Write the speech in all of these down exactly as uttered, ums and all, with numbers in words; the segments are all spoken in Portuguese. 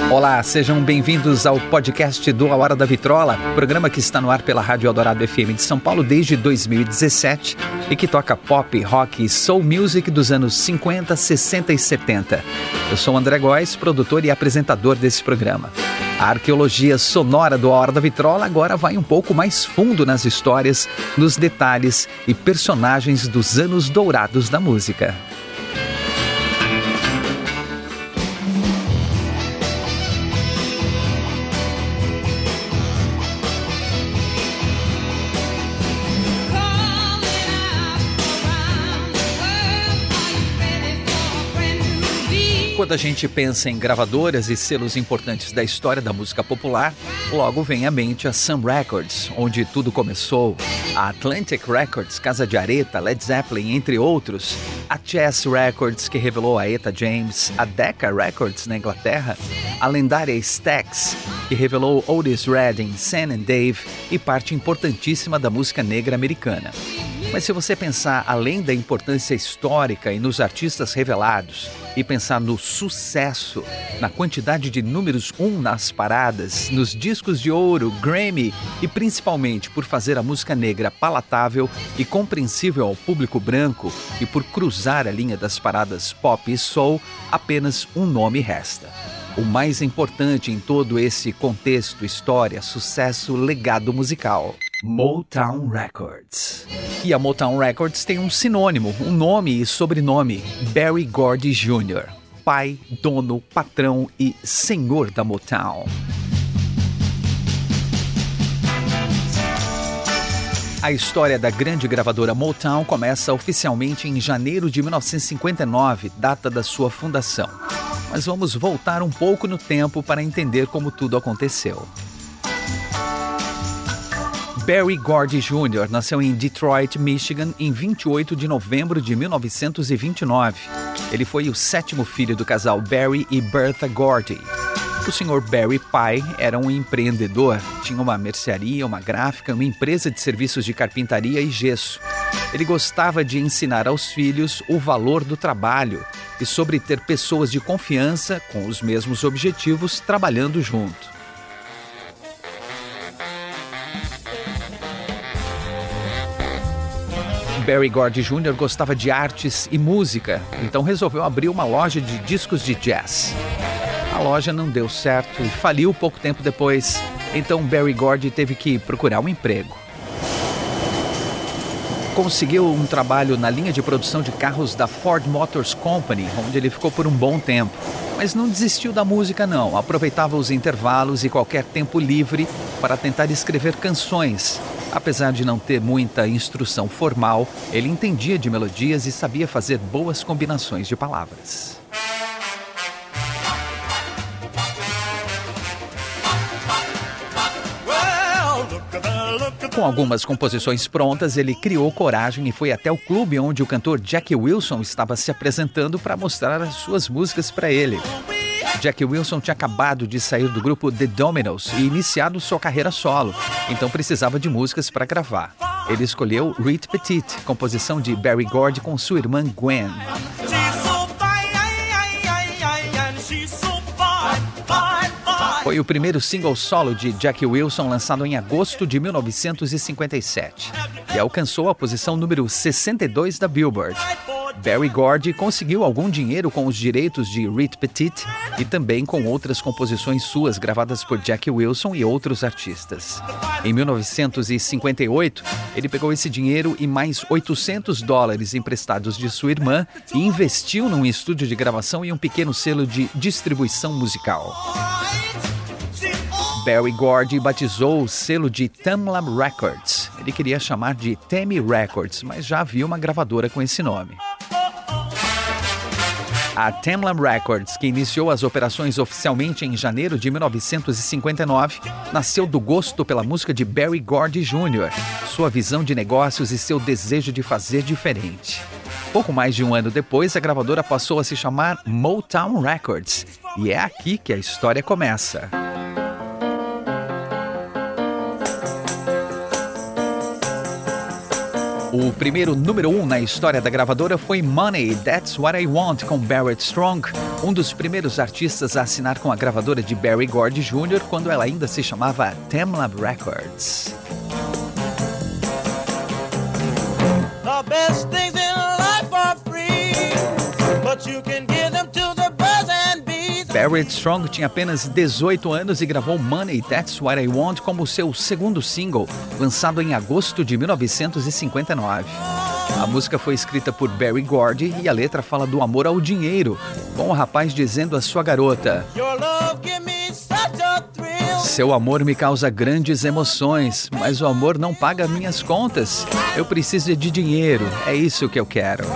Olá, sejam bem-vindos ao podcast do A Hora da Vitrola, programa que está no ar pela Rádio Eldorado F M de São Paulo desde dois mil e dezessete e que toca pop, rock e soul music dos anos cinquenta, sessenta e setenta. Eu sou André Góes, produtor e apresentador desse programa. A arqueologia sonora do A Hora da Vitrola agora vai um pouco mais fundo nas histórias, nos detalhes e personagens dos anos dourados da música. Quando a gente pensa em gravadoras e selos importantes da história da música popular, logo vem à mente a Sun Records, onde tudo começou, a Atlantic Records, Casa de Aretha, Led Zeppelin, entre outros, a Chess Records, que revelou a Etta James, a Decca Records, na Inglaterra, a lendária Stax, que revelou Otis Redding, Sam and Dave e parte importantíssima da música negra americana. Mas se você pensar além da importância histórica e nos artistas revelados, e pensar no sucesso, na quantidade de números um nas paradas, nos discos de ouro, Grammy e principalmente por fazer a música negra palatável e compreensível ao público branco e por cruzar a linha das paradas pop e soul, apenas um nome resta. O mais importante em todo esse contexto, história, sucesso, legado musical. Motown Records. E a Motown Records tem um sinônimo, um nome e sobrenome, Berry Gordy Júnior Pai, dono, patrão e senhor da Motown. A história da grande gravadora Motown começa oficialmente em janeiro de mil novecentos e cinquenta e nove, data da sua fundação. Mas vamos voltar um pouco no tempo para entender como tudo aconteceu. Berry Gordy Júnior nasceu em Detroit, Michigan, em vinte e oito de novembro de mil novecentos e vinte e nove. Ele foi o sétimo filho do casal Berry e Bertha Gordy. O senhor Berry, pai, era um empreendedor, tinha uma mercearia, uma gráfica, uma empresa de serviços de carpintaria e gesso. Ele gostava de ensinar aos filhos o valor do trabalho e sobre ter pessoas de confiança com os mesmos objetivos trabalhando junto. Berry Gordy Júnior gostava de artes e música, então resolveu abrir uma loja de discos de jazz. A loja não deu certo e faliu pouco tempo depois, então Berry Gordy teve que procurar um emprego. Conseguiu um trabalho na linha de produção de carros da Ford Motor Company, onde ele ficou por um bom tempo. Mas não desistiu da música não, aproveitava os intervalos e qualquer tempo livre para tentar escrever canções. Apesar de não ter muita instrução formal, ele entendia de melodias e sabia fazer boas combinações de palavras. Com algumas composições prontas, ele criou coragem e foi até o clube onde o cantor Jackie Wilson estava se apresentando para mostrar as suas músicas para ele. Jackie Wilson tinha acabado de sair do grupo The Dominos e iniciado sua carreira solo, então precisava de músicas para gravar. Ele escolheu Rita Petite, composição de Berry Gordy com sua irmã Gwen. Foi o primeiro single solo de Jackie Wilson lançado em agosto de mil novecentos e cinquenta e sete e alcançou a posição número sessenta e dois da Billboard. Berry Gordy conseguiu algum dinheiro com os direitos de Rita Petite e também com outras composições suas gravadas por Jackie Wilson e outros artistas. Em mil novecentos e cinquenta e oito, ele pegou esse dinheiro e mais oitocentos dólares emprestados de sua irmã e investiu num estúdio de gravação e um pequeno selo de distribuição musical. Berry Gordy batizou o selo de Tamla Records. Ele queria chamar de Tammy Records, mas já havia uma gravadora com esse nome. A Tamla Records, que iniciou as operações oficialmente em janeiro de mil novecentos e cinquenta e nove, nasceu do gosto pela música de Berry Gordy Júnior, sua visão de negócios e seu desejo de fazer diferente. Pouco mais de um ano depois, a gravadora passou a se chamar Motown Records, e é aqui que a história começa. O primeiro número um na história da gravadora foi Money, That's What I Want, com Barrett Strong, um dos primeiros artistas a assinar com a gravadora de Berry Gordy Júnior quando ela ainda se chamava Tamla Records. The best things in life are free, but you can give them to the birds and bees. Barrett Strong tinha apenas dezoito anos e gravou Money, That's What I Want como seu segundo single, lançado em agosto de mil novecentos e cinquenta e nove. A música foi escrita por Berry Gordy e a letra fala do amor ao dinheiro, com o rapaz dizendo à sua garota: Your love give me such a thrill. seu amor me causa grandes emoções, mas o amor não paga minhas contas. Eu preciso de dinheiro, é isso que eu quero.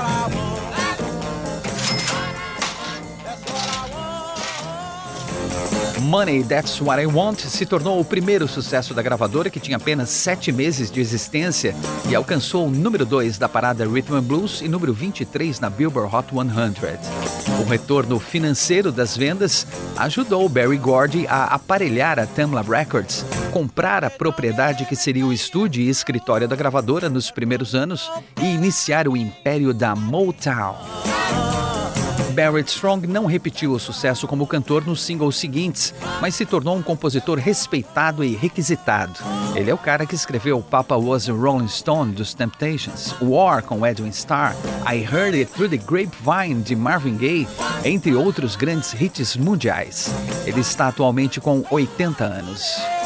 Money, That's What I Want se tornou o primeiro sucesso da gravadora, que tinha apenas sete meses de existência e alcançou o número dois da parada Rhythm and Blues e número vinte e três na Billboard Hot cem. O retorno financeiro das vendas ajudou Berry Gordy a aparelhar a Tamla Records, comprar a propriedade que seria o estúdio e escritório da gravadora nos primeiros anos e iniciar o império da Motown. Barrett Strong não repetiu o sucesso como cantor nos singles seguintes, mas se tornou um compositor respeitado e requisitado. Ele é o cara que escreveu Papa Was a Rolling Stone dos Temptations, War com Edwin Starr, I Heard It Through the Grapevine de Marvin Gaye, entre outros grandes hits mundiais. Ele está atualmente com oitenta anos.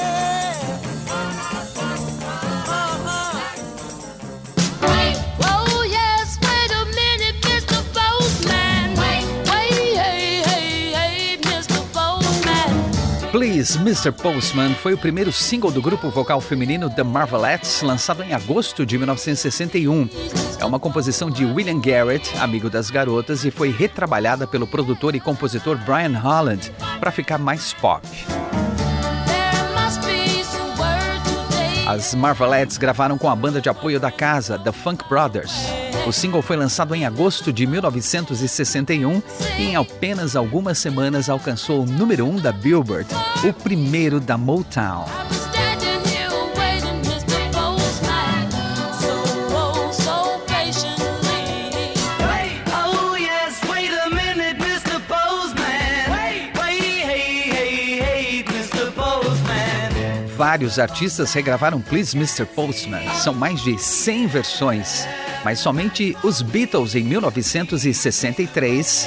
Please, mister Postman foi o primeiro single do grupo vocal feminino The Marvelettes, lançado em agosto de mil novecentos e sessenta e um. É uma composição de William Garrett, amigo das garotas, e foi retrabalhada pelo produtor e compositor Brian Holland para ficar mais pop. As Marvelettes gravaram com a banda de apoio da casa, The Funk Brothers. O single foi lançado em agosto de mil novecentos e sessenta e um e em apenas algumas semanas alcançou o número um da Billboard, o primeiro da Motown. Vários artistas regravaram Please, mister Postman. São mais de cem versões, mas somente os Beatles em mil novecentos e sessenta e três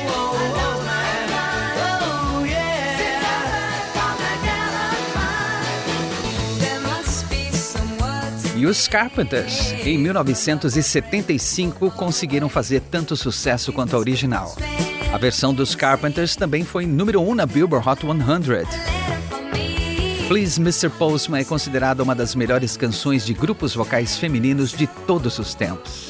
e os Carpenters em mil novecentos e setenta e cinco conseguiram fazer tanto sucesso quanto a original. A versão dos Carpenters também foi número um na Billboard Hot cem. Please, mister Postman é considerada uma das melhores canções de grupos vocais femininos de todos os tempos.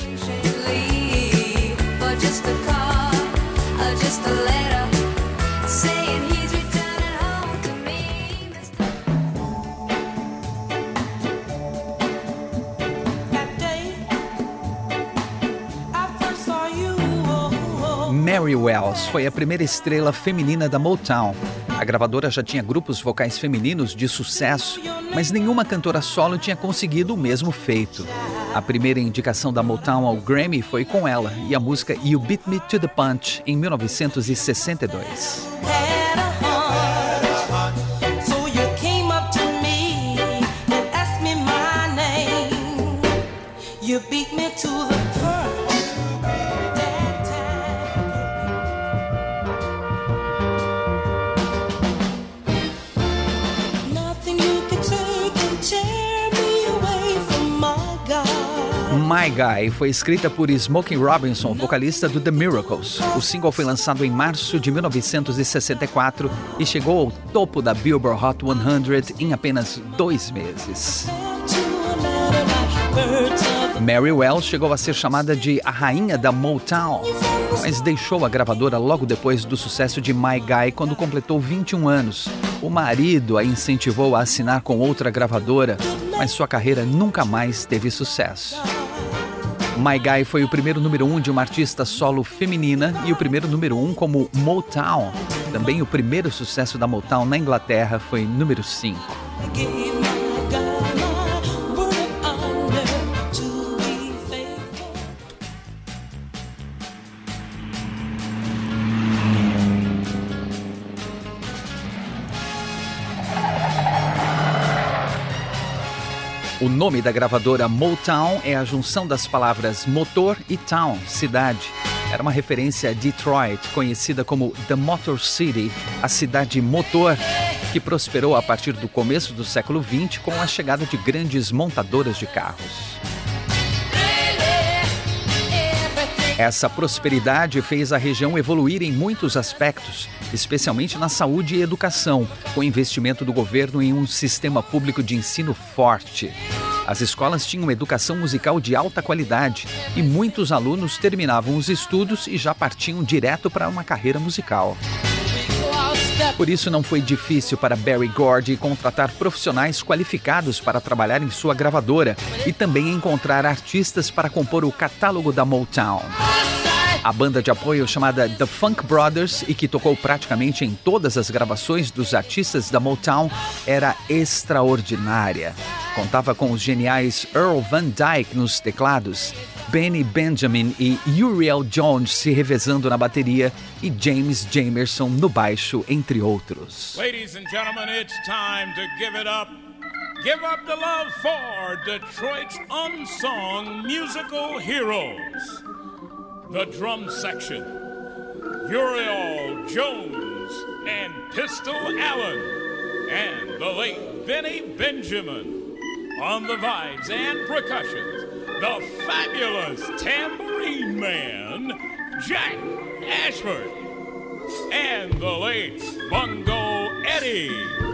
Mary Wells foi a primeira estrela feminina da Motown. A gravadora já tinha grupos vocais femininos de sucesso, mas nenhuma cantora solo tinha conseguido o mesmo feito. A primeira indicação da Motown ao Grammy foi com ela e a música You Beat Me to the Punch, em mil novecentos e sessenta e dois. My Guy foi escrita por Smokey Robinson, vocalista do The Miracles. O single foi lançado em março de mil novecentos e sessenta e quatro e chegou ao topo da Billboard Hot cem em apenas dois meses. Mary Wells chegou a ser chamada de a rainha da Motown, mas deixou a gravadora logo depois do sucesso de My Guy quando completou vinte e um anos. O marido a incentivou a assinar com outra gravadora, mas sua carreira nunca mais teve sucesso. My Guy foi o primeiro número um de uma artista solo feminina e o primeiro número um como Motown. Também o primeiro sucesso da Motown na Inglaterra foi número cinco. O nome da gravadora Motown é a junção das palavras motor e town, cidade. Era uma referência a Detroit, conhecida como The Motor City, a cidade motor, que prosperou a partir do começo do século vinte com a chegada de grandes montadoras de carros. Essa prosperidade fez a região evoluir em muitos aspectos, especialmente na saúde e educação, com investimento do governo em um sistema público de ensino forte. As escolas tinham educação musical de alta qualidade e muitos alunos terminavam os estudos e já partiam direto para uma carreira musical. Por isso não foi difícil para Berry Gordy contratar profissionais qualificados para trabalhar em sua gravadora e também encontrar artistas para compor o catálogo da Motown. A banda de apoio chamada The Funk Brothers, e que tocou praticamente em todas as gravações dos artistas da Motown, era extraordinária. Contava com os geniais Earl Van Dyke nos teclados, Benny Benjamin e Uriel Jones se revezando na bateria e James Jamerson no baixo, entre outros. Ladies and gentlemen, it's time to give it up. Give up the love for Detroit's unsung musical heroes. The drum section, Uriel Jones and Pistol Allen, and the late Benny Benjamin. On the vibes and percussions, the fabulous tambourine man, Jack Ashford, and the late Bungo Eddie.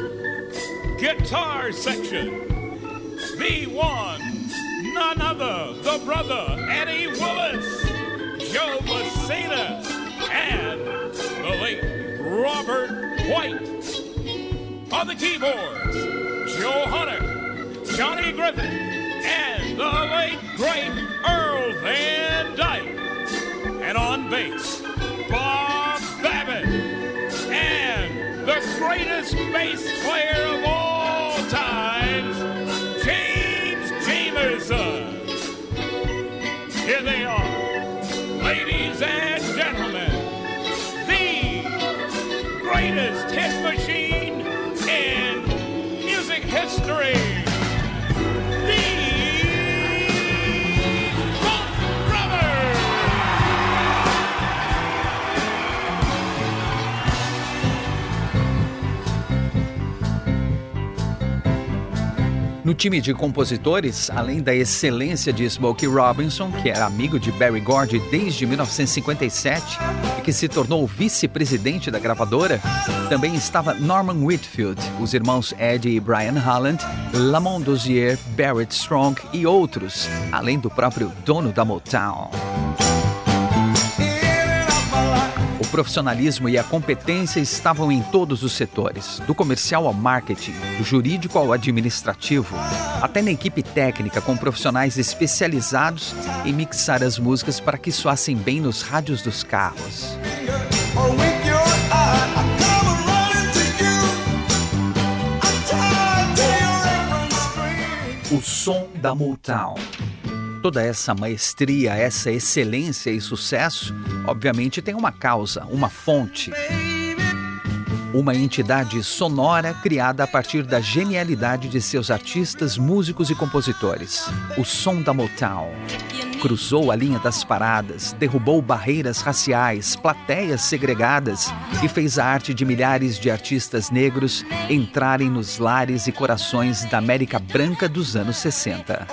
Guitar section, the one, none other, the brother Eddie Willis, Joe Messina, and the late Robert White. On the keyboards, Joe Hunter, Johnny Griffin, and the late, great Earl Van Dyke. And on bass, Bob Babbitt, and the greatest bass player of all times, James Jamerson. Here they are, ladies and gentlemen, the greatest hit machine in music history. No time de compositores, além da excelência de Smokey Robinson, que era amigo de Berry Gordy desde mil novecentos e cinquenta e sete e que se tornou vice-presidente da gravadora, também estava Norman Whitfield, os irmãos Eddie e Brian Holland, Lamont Dozier, Barrett Strong e outros, além do próprio dono da Motown. O profissionalismo e a competência estavam em todos os setores, do comercial ao marketing, do jurídico ao administrativo, até na equipe técnica com profissionais especializados em mixar as músicas para que soassem bem nos rádios dos carros. O som da Motown. Toda essa maestria, essa excelência e sucesso, obviamente tem uma causa, uma fonte. Uma entidade sonora criada a partir da genialidade de seus artistas, músicos e compositores. O som da Motown. Cruzou a linha das paradas, derrubou barreiras raciais, plateias segregadas e fez a arte de milhares de artistas negros entrarem nos lares e corações da América branca dos anos sessenta.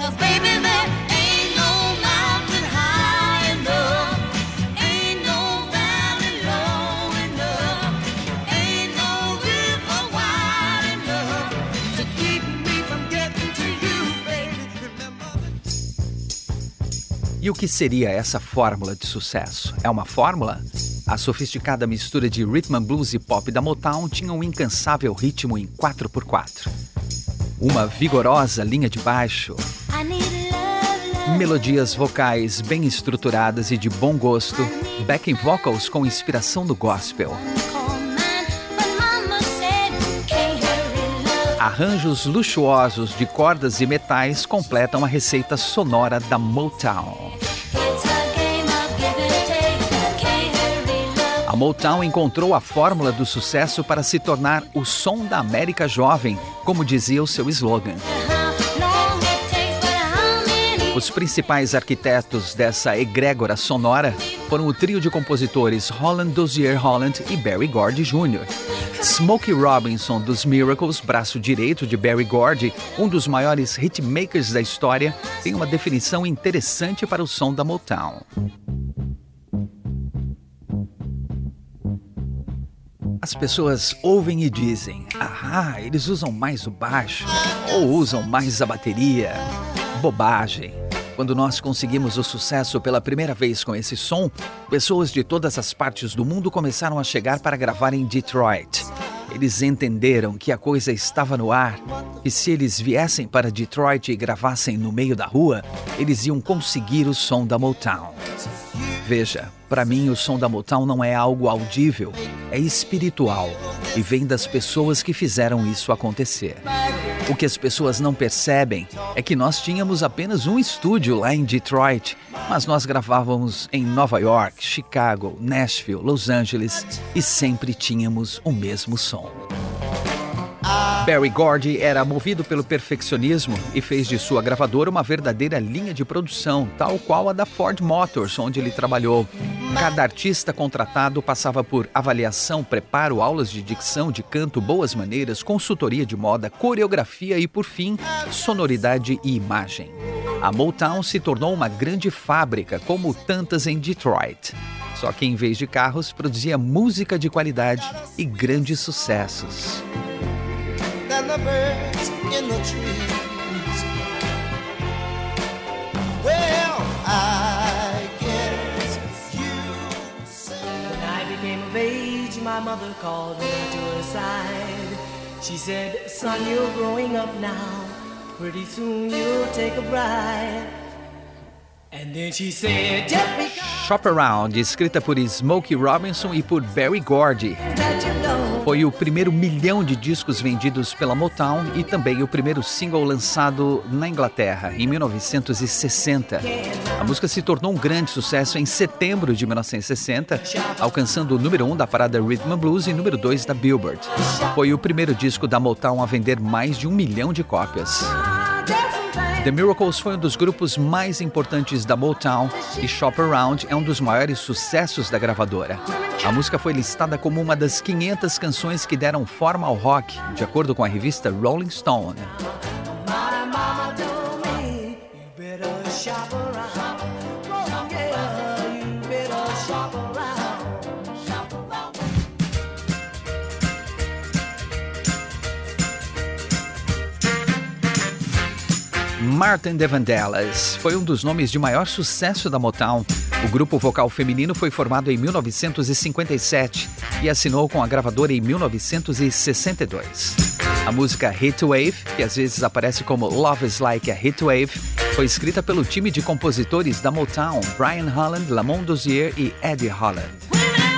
E o que seria essa fórmula de sucesso? É uma fórmula? A sofisticada mistura de rhythm and blues e pop da Motown tinha um incansável ritmo em quatro por quatro. Uma vigorosa linha de baixo. Melodias vocais bem estruturadas e de bom gosto. Backing vocals com inspiração do gospel. Arranjos luxuosos de cordas e metais completam a receita sonora da Motown. A Motown encontrou a fórmula do sucesso para se tornar o som da América jovem, como dizia o seu slogan. Os principais arquitetos dessa egrégora sonora foram o trio de compositores Holland Dozier Holland e Berry Gordy Júnior Smokey Robinson dos Miracles, braço direito de Berry Gordy, um dos maiores hitmakers da história, tem uma definição interessante para o som da Motown. As pessoas ouvem e dizem: ah, eles usam mais o baixo ou usam mais a bateria. Bobagem. Quando nós conseguimos o sucesso pela primeira vez com esse som, pessoas de todas as partes do mundo começaram a chegar para gravar em Detroit. Eles entenderam que a coisa estava no ar e se eles viessem para Detroit e gravassem no meio da rua, eles iam conseguir o som da Motown. Veja, para mim o som da Motown não é algo audível, é espiritual e vem das pessoas que fizeram isso acontecer. O que as pessoas não percebem é que nós tínhamos apenas um estúdio lá em Detroit, mas nós gravávamos em Nova York, Chicago, Nashville, Los Angeles e sempre tínhamos o mesmo som. Berry Gordy era movido pelo perfeccionismo e fez de sua gravadora uma verdadeira linha de produção, tal qual a da Ford Motors, onde ele trabalhou. Cada artista contratado passava por avaliação, preparo, aulas de dicção, de canto, boas maneiras, consultoria de moda, coreografia e, por fim, sonoridade e imagem. A Motown se tornou uma grande fábrica, como tantas em Detroit. Só que, em vez de carros, produzia música de qualidade e grandes sucessos. Than the birds in the trees. Well, I guess you say. When I became of age, my mother called me to her side. She said, son, you're growing up now. Pretty soon you'll take a bride. And then she said, just because Shop Around, escrita por Smokey Robinson e por Berry Gordy. Foi o primeiro milhão de discos vendidos pela Motown e também o primeiro single lançado na Inglaterra, em mil novecentos e sessenta. A música se tornou um grande sucesso em setembro de mil novecentos e sessenta, alcançando o número um da parada Rhythm and Blues e número dois da Billboard. Foi o primeiro disco da Motown a vender mais de um milhão de cópias. The Miracles foi um dos grupos mais importantes da Motown e Shop Around é um dos maiores sucessos da gravadora. A música foi listada como uma das quinhentas canções que deram forma ao rock, de acordo com a revista Rolling Stone. Martin the Vandellas foi um dos nomes de maior sucesso da Motown. O grupo vocal feminino foi formado em mil novecentos e cinquenta e sete e assinou com a gravadora em mil novecentos e sessenta e dois. A música Heatwave, que às vezes aparece como Love is Like a Heatwave, foi escrita pelo time de compositores da Motown, Brian Holland, Lamont Dozier e Eddie Holland.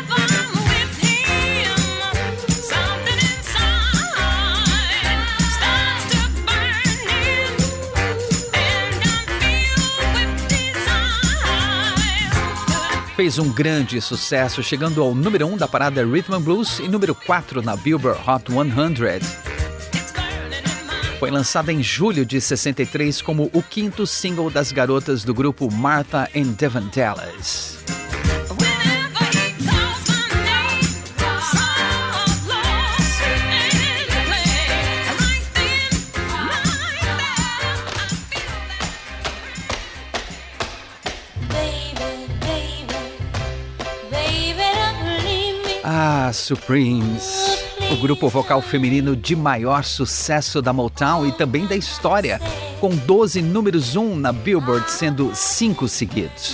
Fez um grande sucesso, chegando ao número um da parada Rhythm and Blues e número quatro na Billboard Hot cem. Foi lançada em julho de sessenta e três como o quinto single das garotas do grupo Martha and the Vandellas. Ah, Supremes, o grupo vocal feminino de maior sucesso da Motown e também da história, com doze números um na Billboard, sendo cinco seguidos.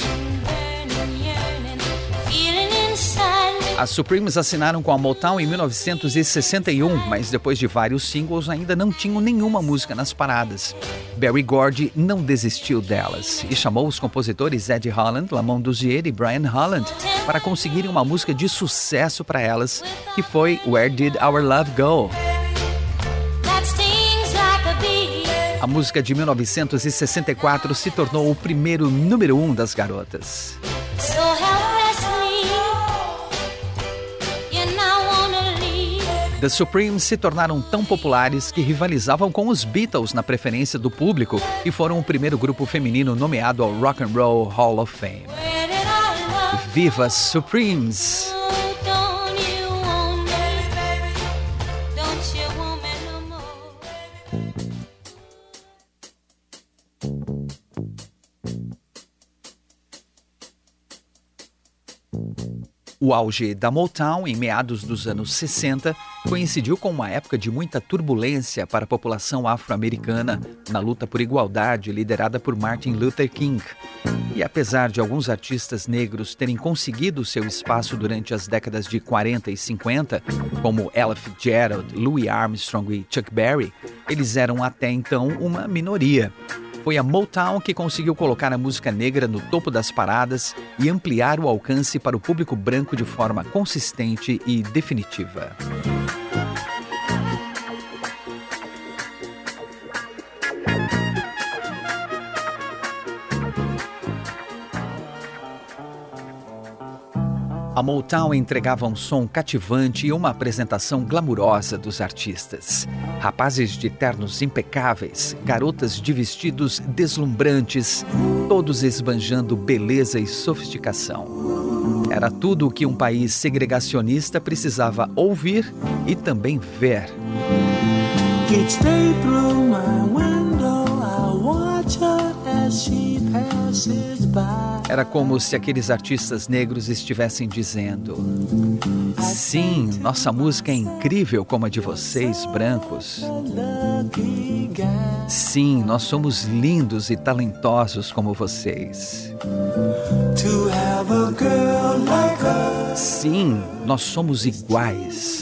As Supremes assinaram com a Motown em mil novecentos e sessenta e um, mas depois de vários singles ainda não tinham nenhuma música nas paradas. Berry Gordy não desistiu delas e chamou os compositores Eddie Holland, Lamont Dozier e Brian Holland para conseguirem uma música de sucesso para elas, que foi Where Did Our Love Go? A música de mil novecentos e sessenta e quatro se tornou o primeiro número um das garotas. The The Supremes se tornaram tão populares que rivalizavam com os Beatles na preferência do público e foram o primeiro grupo feminino nomeado ao Rock and Roll Hall of Fame. Viva Supremes! O auge da Motown, em meados dos anos sessenta, coincidiu com uma época de muita turbulência para a população afro-americana na luta por igualdade liderada por Martin Luther King. E apesar de alguns artistas negros terem conseguido seu espaço durante as décadas de quarenta e cinquenta, como Ella Fitzgerald, Louis Armstrong e Chuck Berry, eles eram até então uma minoria. Foi a Motown que conseguiu colocar a música negra no topo das paradas e ampliar o alcance para o público branco de forma consistente e definitiva. A Motown entregava um som cativante e uma apresentação glamurosa dos artistas. Rapazes de ternos impecáveis, garotas de vestidos deslumbrantes, todos esbanjando beleza e sofisticação. Era tudo o que um país segregacionista precisava ouvir e também ver. Each day through my window, I watch her as she passes by. Era como se aqueles artistas negros estivessem dizendo: sim, nossa música é incrível como a de vocês, brancos. Sim, nós somos lindos e talentosos como vocês. Sim, nós somos iguais.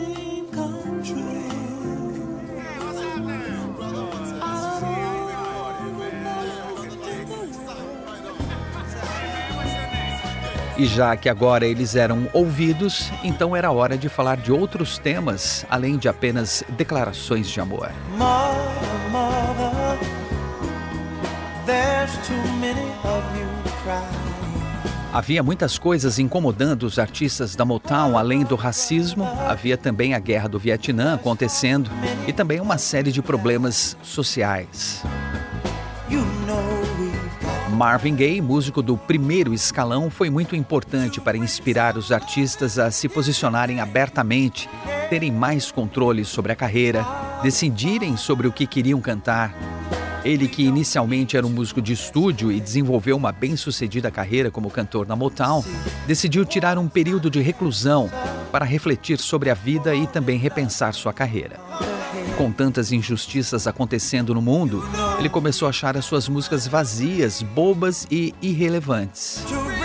E já que agora eles eram ouvidos, então era hora de falar de outros temas, além de apenas declarações de amor. Mother, mother, there's too many of you crying. Havia muitas coisas incomodando os artistas da Motown, além do racismo, havia também a guerra do Vietnã acontecendo e também uma série de problemas sociais. You know Marvin Gaye, músico do primeiro escalão, foi muito importante para inspirar os artistas a se posicionarem abertamente, terem mais controle sobre a carreira, decidirem sobre o que queriam cantar. Ele, que inicialmente era um músico de estúdio e desenvolveu uma bem-sucedida carreira como cantor na Motown, decidiu tirar um período de reclusão para refletir sobre a vida e também repensar sua carreira. Com tantas injustiças acontecendo no mundo, ele começou a achar as suas músicas vazias, bobas e irrelevantes.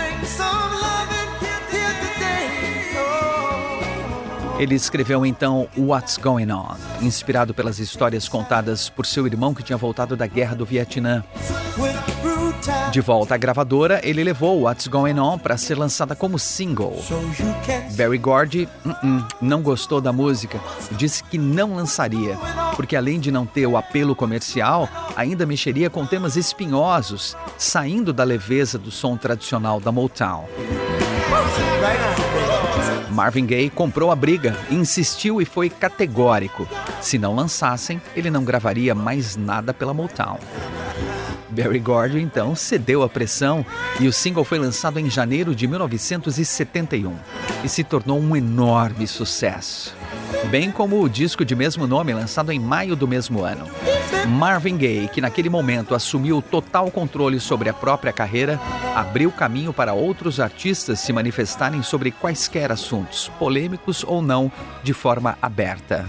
Ele escreveu então What's Going On, inspirado pelas histórias contadas por seu irmão que tinha voltado da guerra do Vietnã. De volta à gravadora, ele levou What's Going On para ser lançada como single. Berry Gordy uh-uh, não gostou da música e disse que não lançaria, porque além de não ter o apelo comercial, ainda mexeria com temas espinhosos, saindo da leveza do som tradicional da Motown. Marvin Gaye comprou a briga, insistiu e foi categórico. Se não lançassem, ele não gravaria mais nada pela Motown. Berry Gordy, então, cedeu à pressão e o single foi lançado em janeiro de mil novecentos e setenta e um e se tornou um enorme sucesso. Bem como o disco de mesmo nome, lançado em maio do mesmo ano. Marvin Gaye, que naquele momento assumiu total controle sobre a própria carreira, abriu caminho para outros artistas se manifestarem sobre quaisquer assuntos, polêmicos ou não, de forma aberta.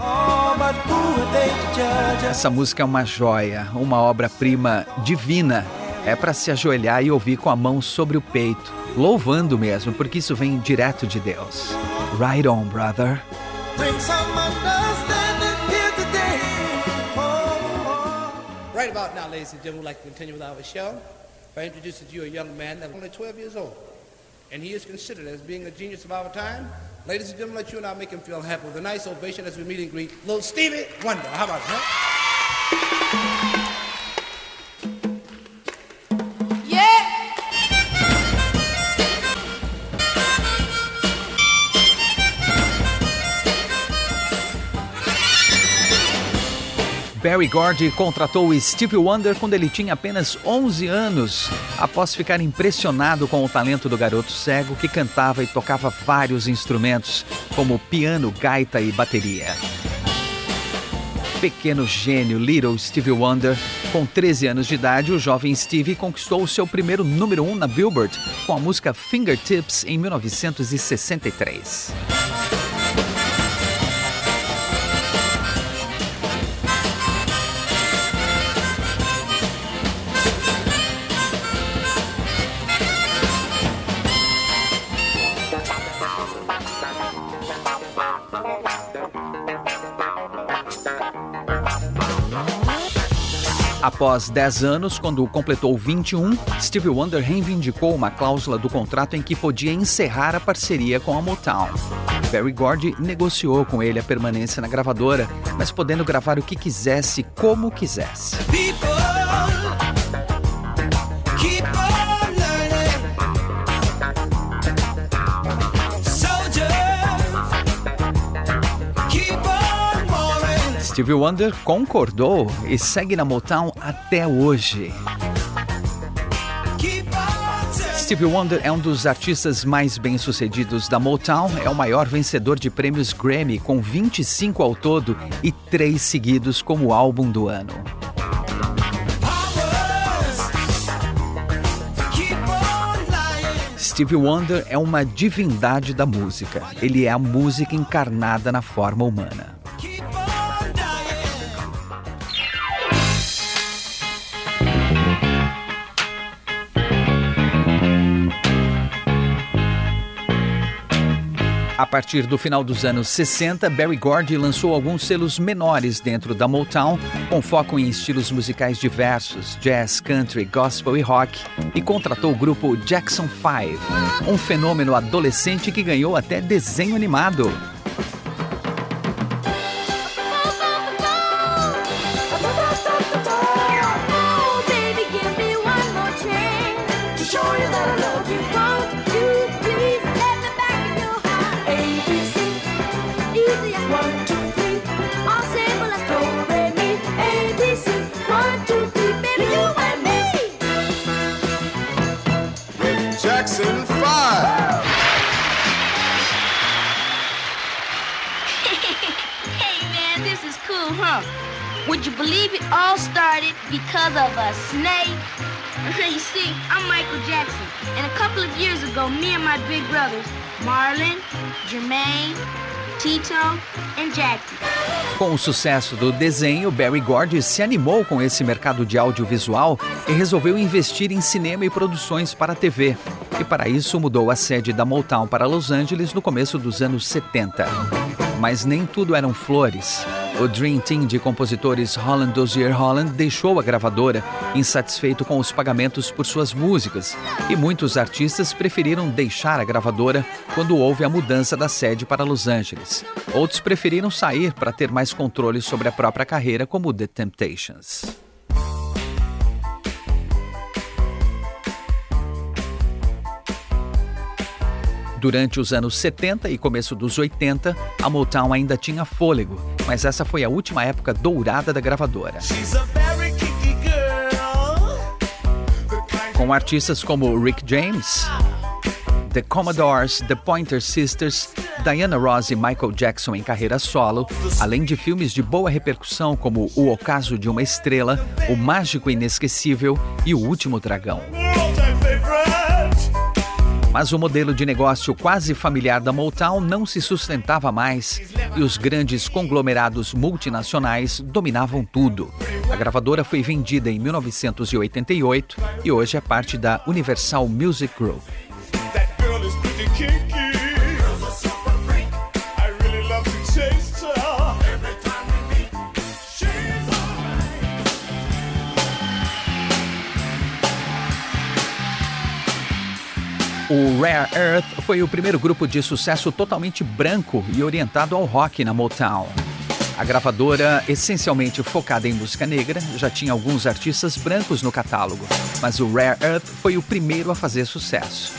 Essa música é uma joia, uma obra-prima divina. É para se ajoelhar e ouvir com a mão sobre o peito, louvando mesmo, porque isso vem direto de Deus. Right on, brother. Bring some understanding here today. Oh, oh. Right about now, ladies and gentlemen, we'd like to continue with our show by introducing to you a young man that's only twelve years old. And he is considered as being a genius of our time. Ladies and gentlemen, let you and I make him feel happy with a nice ovation as we meet and greet little Stevie Wonder. How about that? Berry Gordy contratou Stevie Wonder quando ele tinha apenas onze anos, após ficar impressionado com o talento do garoto cego que cantava e tocava vários instrumentos, como piano, gaita e bateria. Pequeno gênio Little Stevie Wonder, com treze anos de idade, o jovem Stevie conquistou o seu primeiro número um na Billboard com a música Fingertips em mil novecentos e sessenta e três. Após dez anos, quando completou vinte e um, Stevie Wonder reivindicou uma cláusula do contrato em que podia encerrar a parceria com a Motown. Berry Gordy negociou com ele a permanência na gravadora, mas podendo gravar o que quisesse, como quisesse. Stevie Wonder concordou e segue na Motown até hoje. Stevie Wonder é um dos artistas mais bem-sucedidos da Motown, é o maior vencedor de prêmios Grammy, com vinte e cinco ao todo e três seguidos como álbum do ano. Stevie Wonder é uma divindade da música. Ele é a música encarnada na forma humana. A partir do final dos anos sessenta, Berry Gordy lançou alguns selos menores dentro da Motown, com foco em estilos musicais diversos, jazz, country, gospel e rock, e contratou o grupo Jackson Five, um fenômeno adolescente que ganhou até desenho animado. Jackson Five. Hey man, this is cool, huh? Would you believe it all started because of a snake? You see, I'm Michael Jackson, and a couple of years ago, me and my big brothers, Marlon, Jermaine, Tito and Jackie. Com o sucesso do desenho, Berry Gordy se animou com esse mercado de audiovisual e resolveu investir em cinema e produções para a T V. E para isso mudou a sede da Motown para Los Angeles no começo dos anos setenta. Mas nem tudo eram flores. O Dream Team de compositores Holland Dozier Holland deixou a gravadora, insatisfeito com os pagamentos por suas músicas, e muitos artistas preferiram deixar a gravadora quando houve a mudança da sede para Los Angeles. Outros preferiram sair para ter mais controle sobre a própria carreira, como The Temptations. Durante os anos setenta e começo dos oitenta, a Motown ainda tinha fôlego, mas essa foi a última época dourada da gravadora. Com artistas como Rick James, The Commodores, The Pointer Sisters, Diana Ross e Michael Jackson em carreira solo, além de filmes de boa repercussão como O Ocaso de uma Estrela, O Mágico Inesquecível e O Último Dragão. Mas o modelo de negócio quase familiar da Motown não se sustentava mais e os grandes conglomerados multinacionais dominavam tudo. A gravadora foi vendida em mil novecentos e oitenta e oito e hoje é parte da Universal Music Group. O Rare Earth foi o primeiro grupo de sucesso totalmente branco e orientado ao rock na Motown. A gravadora, essencialmente focada em música negra, já tinha alguns artistas brancos no catálogo, mas o Rare Earth foi o primeiro a fazer sucesso.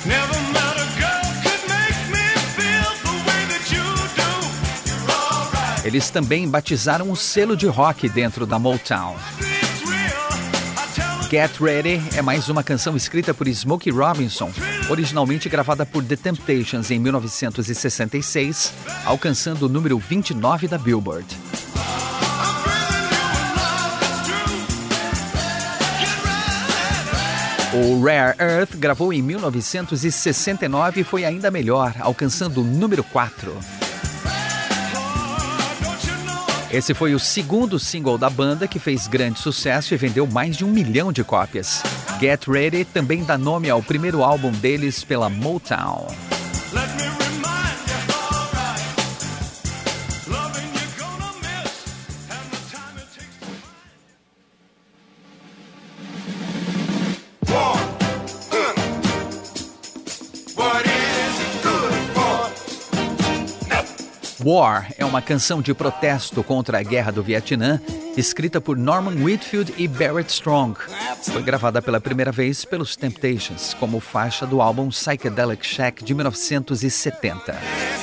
Eles também batizaram um selo de rock dentro da Motown. Get Ready é mais uma canção escrita por Smokey Robinson, originalmente gravada por The Temptations em mil novecentos e sessenta e seis, alcançando o número vinte e nove da Billboard. O Rare Earth gravou em mil novecentos e sessenta e nove e foi ainda melhor, alcançando o número quatro. Esse foi o segundo single da banda que fez grande sucesso e vendeu mais de um milhão de cópias. Get Ready também dá nome ao primeiro álbum deles pela Motown. War é uma canção de protesto contra a Guerra do Vietnã, escrita por Norman Whitfield e Barrett Strong. Foi gravada pela primeira vez pelos Temptations, como faixa do álbum Psychedelic Shack de mil novecentos e setenta.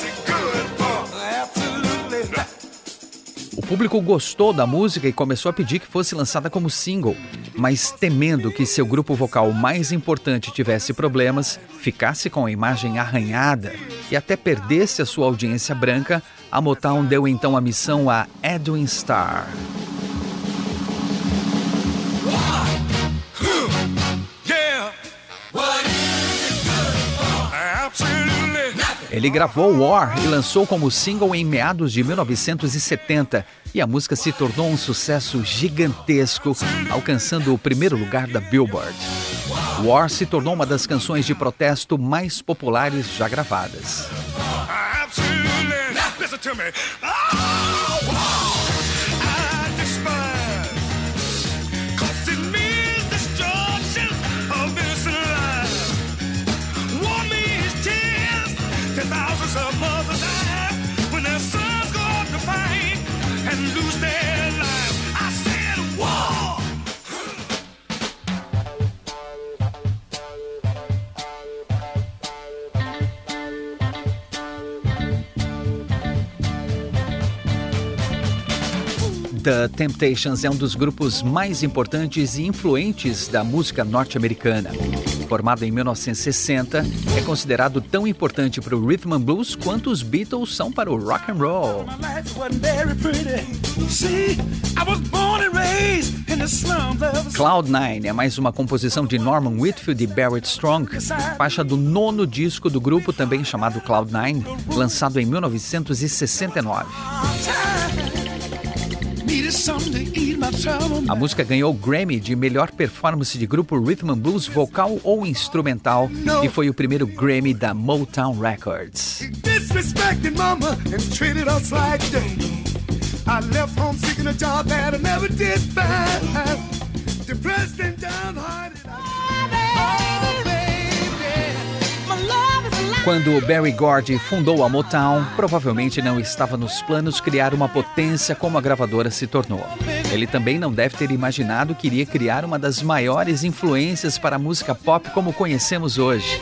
O público gostou da música e começou a pedir que fosse lançada como single, mas temendo que seu grupo vocal mais importante tivesse problemas, ficasse com a imagem arranhada e até perdesse a sua audiência branca, a Motown deu então a missão a Edwin Starr. Ele gravou War e lançou como single em meados de mil novecentos e setenta, e a música se tornou um sucesso gigantesco, alcançando o primeiro lugar da Billboard. War se tornou uma das canções de protesto mais populares já gravadas. The Temptations é um dos grupos mais importantes e influentes da música norte-americana. Formado em mil novecentos e sessenta, é considerado tão importante para o rhythm and blues quanto os Beatles são para o rock and roll. Cloud Nine é mais uma composição de Norman Whitfield e Barrett Strong, faixa do nono disco do grupo, também chamado Cloud Nine, lançado em mil novecentos e sessenta e nove. A música ganhou o Grammy de melhor performance de grupo Rhythm and Blues vocal ou instrumental e foi o primeiro Grammy da Motown Records. Quando Berry Gordy fundou a Motown, provavelmente não estava nos planos criar uma potência como a gravadora se tornou. Ele também não deve ter imaginado que iria criar uma das maiores influências para a música pop como conhecemos hoje.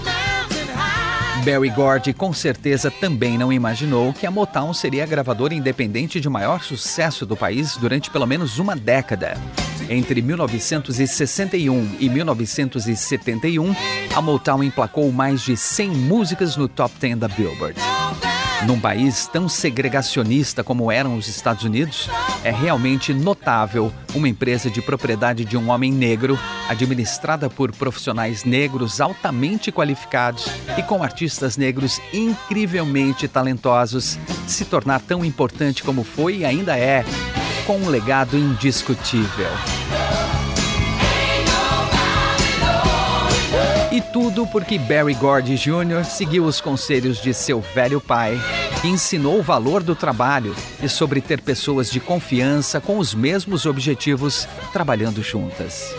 Berry Gordy com certeza também não imaginou que a Motown seria a gravadora independente de maior sucesso do país durante pelo menos uma década. Entre mil novecentos e sessenta e um e mil novecentos e setenta e um, a Motown emplacou mais de cem músicas no top dez da Billboard. Num país tão segregacionista como eram os Estados Unidos, é realmente notável uma empresa de propriedade de um homem negro, administrada por profissionais negros altamente qualificados e com artistas negros incrivelmente talentosos, se tornar tão importante como foi e ainda é, com um legado indiscutível. E tudo porque Berry Gordy Júnior seguiu os conselhos de seu velho pai, que ensinou o valor do trabalho e sobre ter pessoas de confiança com os mesmos objetivos trabalhando juntas.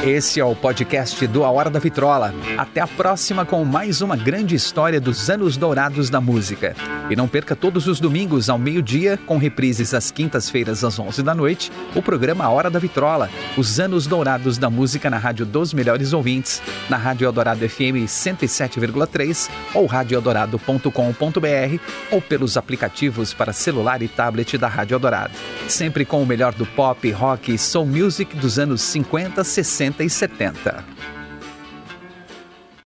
Esse é o podcast do A Hora da Vitrola. Até a próxima com mais uma grande história dos anos dourados da música. E não perca todos os domingos ao meio-dia, com reprises às quintas-feiras às onze da noite, o programa A Hora da Vitrola, os anos dourados da música na Rádio dos Melhores Ouvintes, na Rádio Eldorado F M cento e sete vírgula três ou rádio eldorado ponto com ponto b r ou pelos aplicativos para celular e tablet da Rádio Eldorado. Sempre com o melhor do pop, rock e soul music dos anos cinquenta, sessenta e setenta.